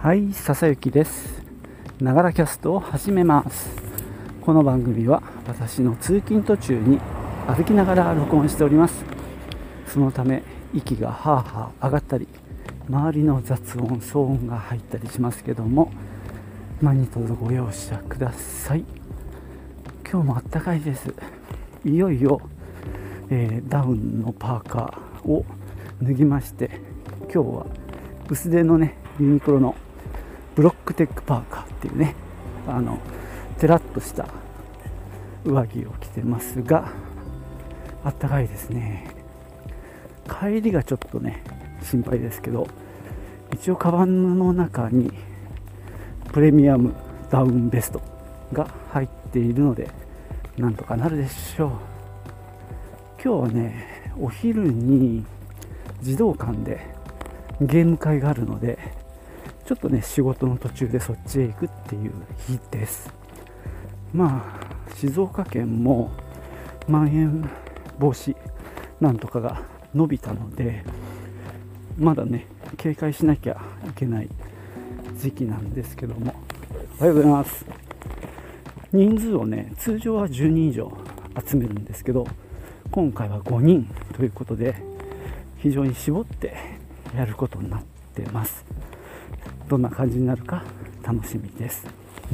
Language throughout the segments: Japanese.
はい、笹雪です。ながらキャストを始めます。この番組は私の通勤途中に歩きながら録音しております。そのため息がハーハー上がったり、周りの雑音、騒音が入ったりしますけども、何卒ご容赦ください。今日もあったかいです。いよいよ、ダウンのパーカーを脱ぎまして、今日は薄手のねユニクロのブロックテックパーカーっていうね、テラッとした上着を着てますが、あったかいですね。帰りがちょっとね心配ですけど、一応カバンの中にプレミアムダウンベストが入っているのでなんとかなるでしょう。今日はねお昼に児童館でゲーム会があるので、ちょっとね仕事の途中でそっちへ行くっていう日です。まあ静岡県もまん延防止なんとかが伸びたので、まだね警戒しなきゃいけない時期なんですけども、おはようございます。人数をね通常は10人以上集めるんですけど、今回は5人ということで非常に絞ってやることになってます。どんな感じになるか楽しみです。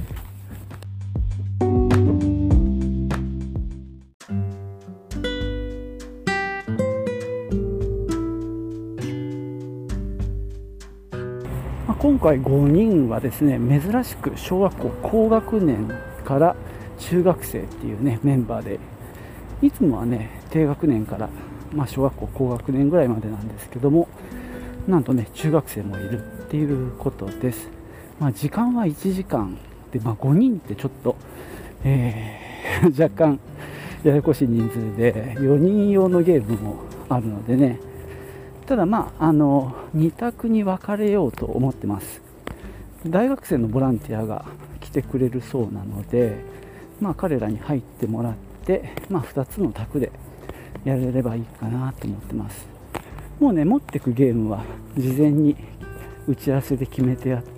今回5人はですね、珍しく小学校高学年から中学生っていうねメンバーで、いつもはね低学年から、小学校高学年ぐらいまでなんですけども、なんとね中学生もいるっていうことです。時間は1時間で、5人ってちょっと、若干ややこしい人数で、4人用のゲームもあるのでね、ただ2択に分かれようと思ってます。大学生のボランティアが来てくれるそうなので、彼らに入ってもらって、2つの択でやれればいいかなと思ってます。もうね持ってくゲームは事前に打ち合わせで決めてあって、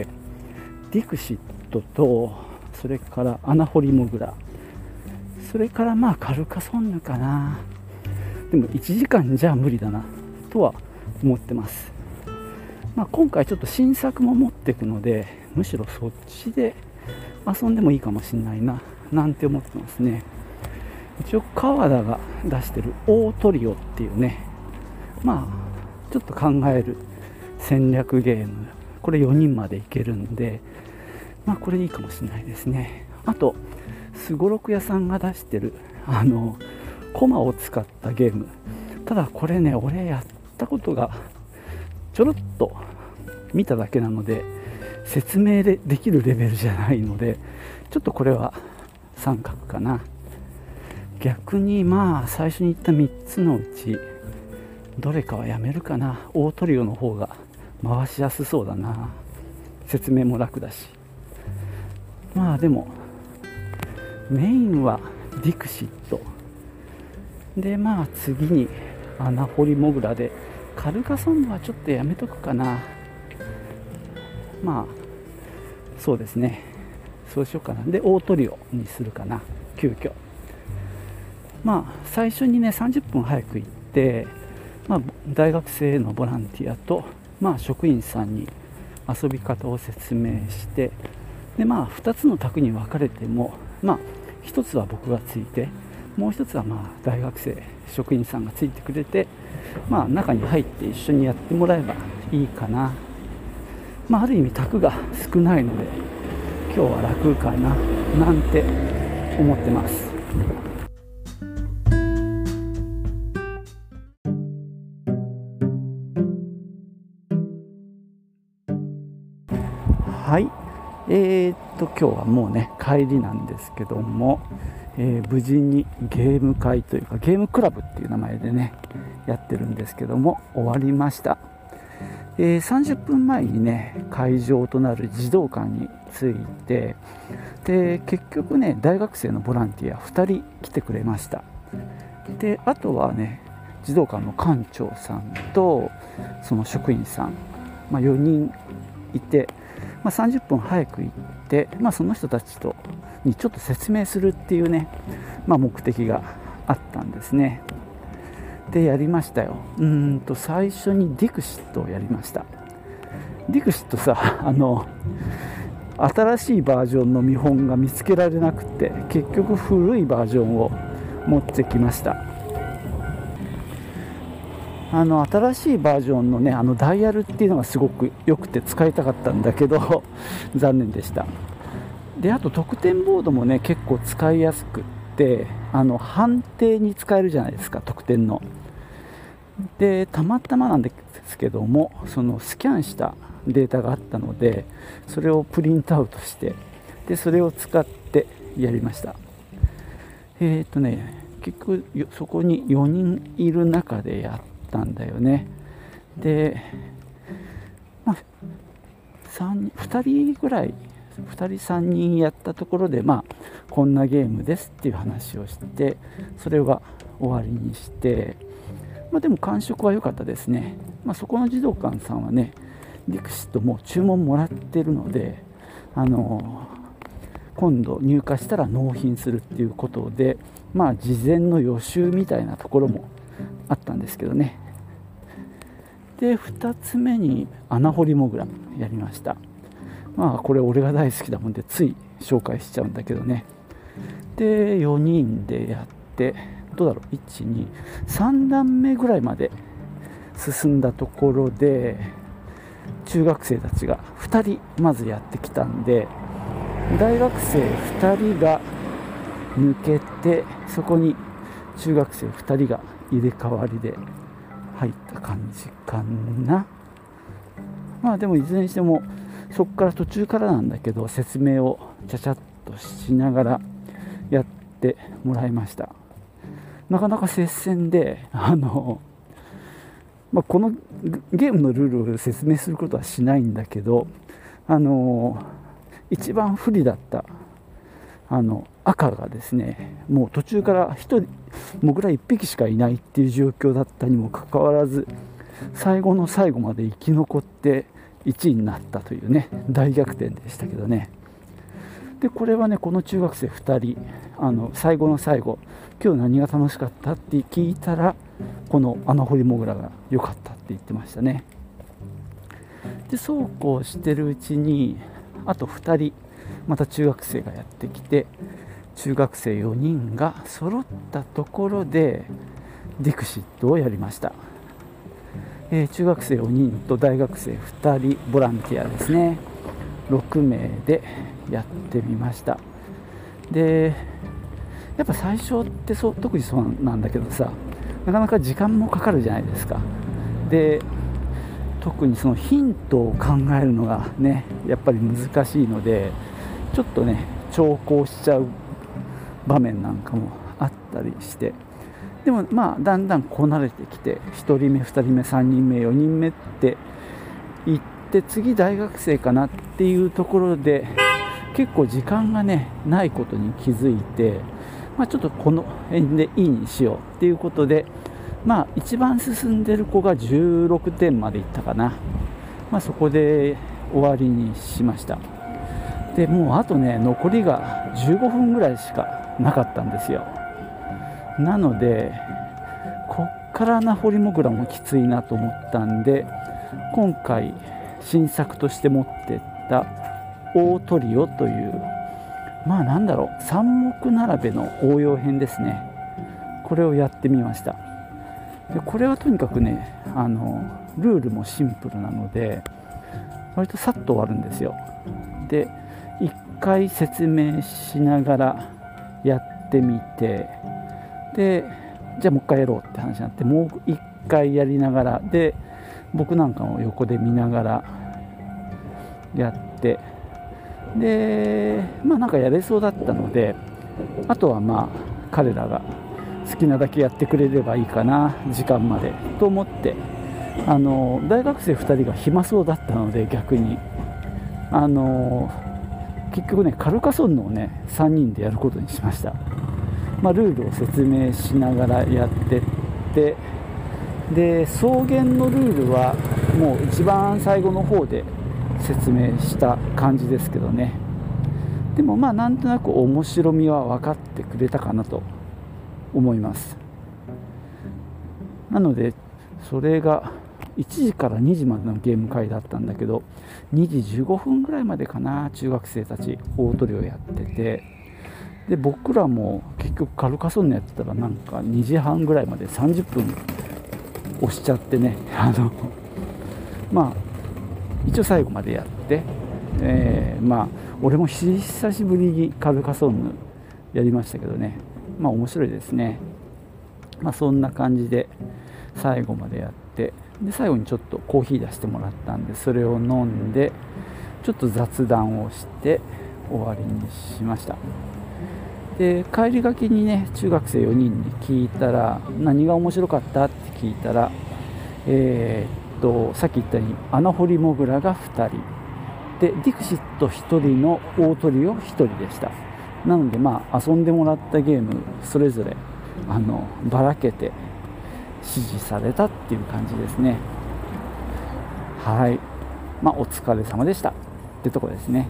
ディクシットと、それから穴掘りモグラ、それからカルカソンヌかな。でも1時間じゃ無理だなとは思ってます。今回ちょっと新作も持っていくので、むしろそっちで遊んでもいいかもしれないななんて思ってますね。一応川田が出してる大トリオっていうね、ちょっと考える戦略ゲーム、これ4人までいけるんで、これいいかもしれないですね。あとすごろく屋さんが出してるコマを使ったゲーム、ただこれね俺やったことがちょろっと見ただけなので説明できるレベルじゃないので、ちょっとこれは三角かな。逆に最初に言った3つのうちどれかはやめるかな。大トリオの方が回しやすそうだな、説明も楽だし。でもメインはディクシットで、次に穴掘りモグラで、カルカソンヌはちょっとやめとくかな。そうですね、そうしようかな。で大トリオにするかな、急遽。最初にね30分早く行って、大学生のボランティアと、職員さんに遊び方を説明して、で2つの択に分かれても、1つは僕がついて、もう1つは大学生職員さんがついてくれて、中に入って一緒にやってもらえばいいかな。ある意味択が少ないので今日は楽かななんて思ってます。はい、今日はもうね帰りなんですけども、無事にゲーム会というかゲームクラブっていう名前でねやってるんですけども終わりました。30分前にね会場となる児童館に着いて、で結局ね大学生のボランティア2人来てくれました。であとはね児童館の館長さんとその職員さん、4人いて、 30分早く行って、その人たちにちょっと説明するっていうね、目的があったんですね。でやりましたよ。最初にディクシットをやりました。ディクシットさ、新しいバージョンの見本が見つけられなくて、結局古いバージョンを持ってきました。新しいバージョンのね、ダイヤルっていうのがすごく良くて使いたかったんだけど残念でした。であと得点ボードもね結構使いやすくって、判定に使えるじゃないですか、得点の。でたまたまなんですけども、そのスキャンしたデータがあったので、それをプリントアウトして、でそれを使ってやりました。結局そこに4人いる中でやったんだよね。で、2人ぐらい、2人3人やったところで、こんなゲームですっていう話をして、それは終わりにして、でも感触は良かったですね。そこの児童館さんはね、ディクシットも注文もらってるので、今度入荷したら納品するっていうことで、事前の予習みたいなところもあったんですけどね。で2つ目に穴掘りモグラやりました。これ俺が大好きだもんでつい紹介しちゃうんだけどね。で4人でやって、どうだろう、123段目ぐらいまで進んだところで、中学生たちが2人まずやってきたんで、大学生2人が抜けて、そこに中学生2人が入れ替わりで入った感じかな。でもいずれにしてもそこから途中からなんだけど、説明をちゃちゃっとしながらやってもらいました。なかなか接戦で、このゲームのルールを説明することはしないんだけど、一番不利だった赤がですね、もう途中から1人モグラ1匹しかいないっていう状況だったにもかかわらず、最後の最後まで生き残って1位になったというね、大逆転でしたけどね。でこれはね、この中学生2人、最後の最後、今日何が楽しかったって聞いたら、この穴掘りモグラが良かったって言ってましたね。でそうこうしてるうちに、あと2人また中学生がやってきて、中学生4人が揃ったところでディクシットをやりました。中学生4人と大学生2人ボランティアですね、6名でやってみました。でやっぱ最初って特にそうなんだけどさ、なかなか時間もかかるじゃないですか。で特にそのヒントを考えるのがね、やっぱり難しいので、ちょっとね長考しちゃう場面なんかもあったりして、でもだんだんこなれてきて、1人目2人目3人目4人目っていって、次大学生かなっていうところで、結構時間がねないことに気づいて、ちょっとこの辺でいいにしようっていうことで、一番進んでる子が16点までいったかな。そこで終わりにしました。でもうあとね、残りが15分ぐらいしかなかったんですよ。なのでこっから穴掘りモグラもきついなと思ったんで、今回新作として持ってった大トリオという、3目並べの応用編ですね。これをやってみました。でこれはとにかくね、ルールもシンプルなので割とさっと終わるんですよ。で1回説明しながらやってみて、でじゃあもう一回やろうって話になって、もう1回やりながら、で僕なんかも横で見ながらやって、でなんかやれそうだったので、あとは彼らが好きなだけやってくれればいいかな、時間までと思って、大学生2人が暇そうだったので、逆に結局ねカルカソンヌをね3人でやることにしました。ルールを説明しながらやってって、で草原のルールはもう一番最後の方で説明した感じですけどね。でもまあなんとなく面白みは分かってくれたかなと思います。なのでそれが1時から2時までのゲーム会だったんだけど、2時15分ぐらいまでかな、中学生たち大トリをやってて、で僕らも結局カルカソンヌやってたらなんか2時半ぐらいまで30分押しちゃってね、まあ一応最後までやって、まあ俺も久しぶりにカルカソンヌやりましたけどね、まあ面白いですね。まあそんな感じで最後までやって、で最後にちょっとコーヒー出してもらったんで、それを飲んでちょっと雑談をして終わりにしました。で帰りがけにね、中学生4人に聞いたら、何が面白かったって聞いたら、さっき言ったように穴掘りモグラが2人で、ディクシット1人の大トリオ1人でした。なのでまあ遊んでもらったゲームそれぞればらけて指示されたっていう感じですね。はい、まあお疲れ様でしたってとこですね。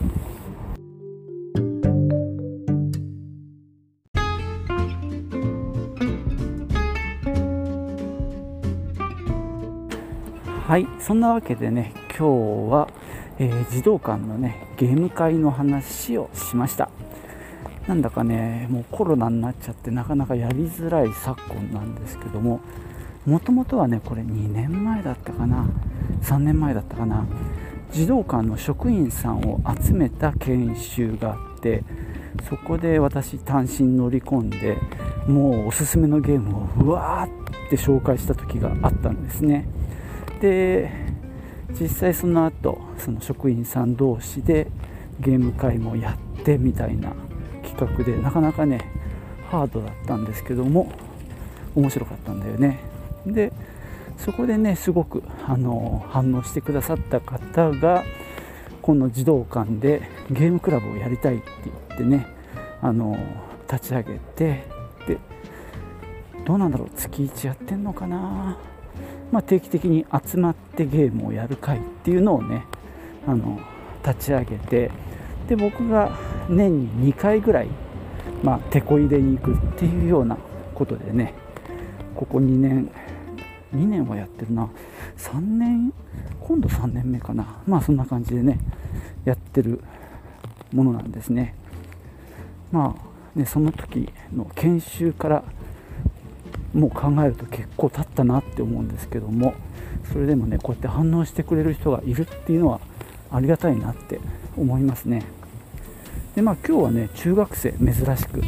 はい、そんなわけでね、今日は、児童館のねゲーム会の話をしました。なんだかね、もうコロナになっちゃってなかなかやりづらい昨今なんですけども、もともとはねこれ2年前だったかな、3年前だったかな、児童館の職員さんを集めた研修があって、そこで私単身乗り込んで、もうおすすめのゲームをうわーって紹介した時があったんですね。で実際その後その職員さん同士でゲーム会もやってみたいな企画で、なかなかねハードだったんですけども面白かったんだよね。でそこでねすごく反応してくださった方が、この児童館でゲームクラブをやりたいって言ってね立ち上げて、でどうなんだろう、月1やってんのかな、まあ、定期的に集まってゲームをやる会っていうのをね立ち上げて、で僕が年に2回ぐらい、まあ、テこ入れに行くっていうようなことでね、ここ2年はやってるな、今度3年目かな、まあそんな感じでねやってるものなんですね。まあね、その時の研修からもう考えると結構経ったなって思うんですけども、それでもねこうやって反応してくれる人がいるっていうのはありがたいなって思いますね。でまあ今日はね中学生珍しく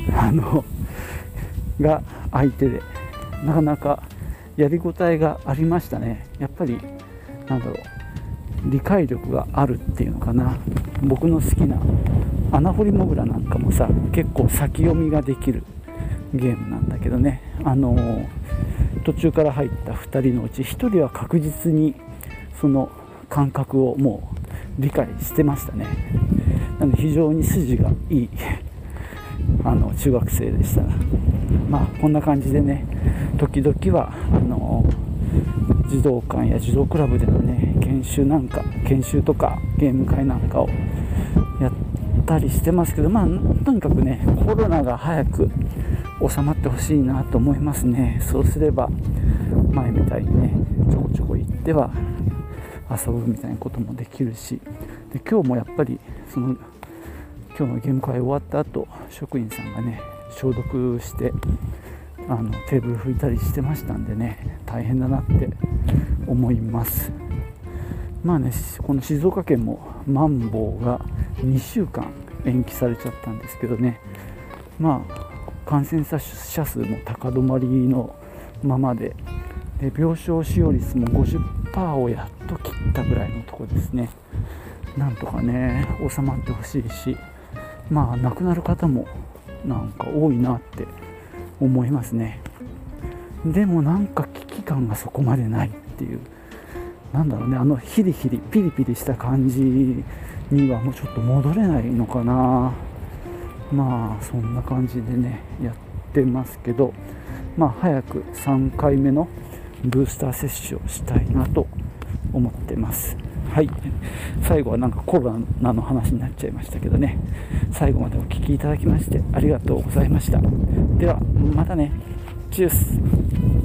が相手で、なかなかやりごたえがありましたね。やっぱりなんだろう、理解力があるっていうのかな。僕の好きな穴掘りモグラなんかもさ、結構先読みができるゲームなんだけどね、途中から入った2人のうち1人は確実にその感覚をもう理解してましたね。なので非常に筋がいい中学生でした。まあこんな感じでね、時々は児童館や児童クラブでのね研修とかゲーム会なんかをやったりしてますけど、まあとにかくねコロナが早く収まってほしいなと思いますね。そうすれば前みたいにねちょこちょこ行っては遊ぶみたいなこともできるし、で今日もやっぱり今日のゲーム会終わった後、職員さんがね消毒してテーブル拭いたりしてましたんでね、大変だなって思います。まあね、この静岡県もマンボウが2週間延期されちゃったんですけどね、まあ感染者数も高止まりのままで、病床使用率も 50% をやっと切ったぐらいのところですね。なんとかね収まってほしいし、まあ亡くなる方もなんか多いなって思いますね。でもなんか危機感がそこまでないっていう、なんだろうね、ヒリヒリピリピリした感じにはもうちょっと戻れないのかな。まあそんな感じでねやってますけど、まあ早く3回目のブースター接種をしたいなと思ってます。 はい、最後はなんかコロナの話になっちゃいましたけどね、最後までお聞きいただきましてありがとうございました。ではまたね。チュース。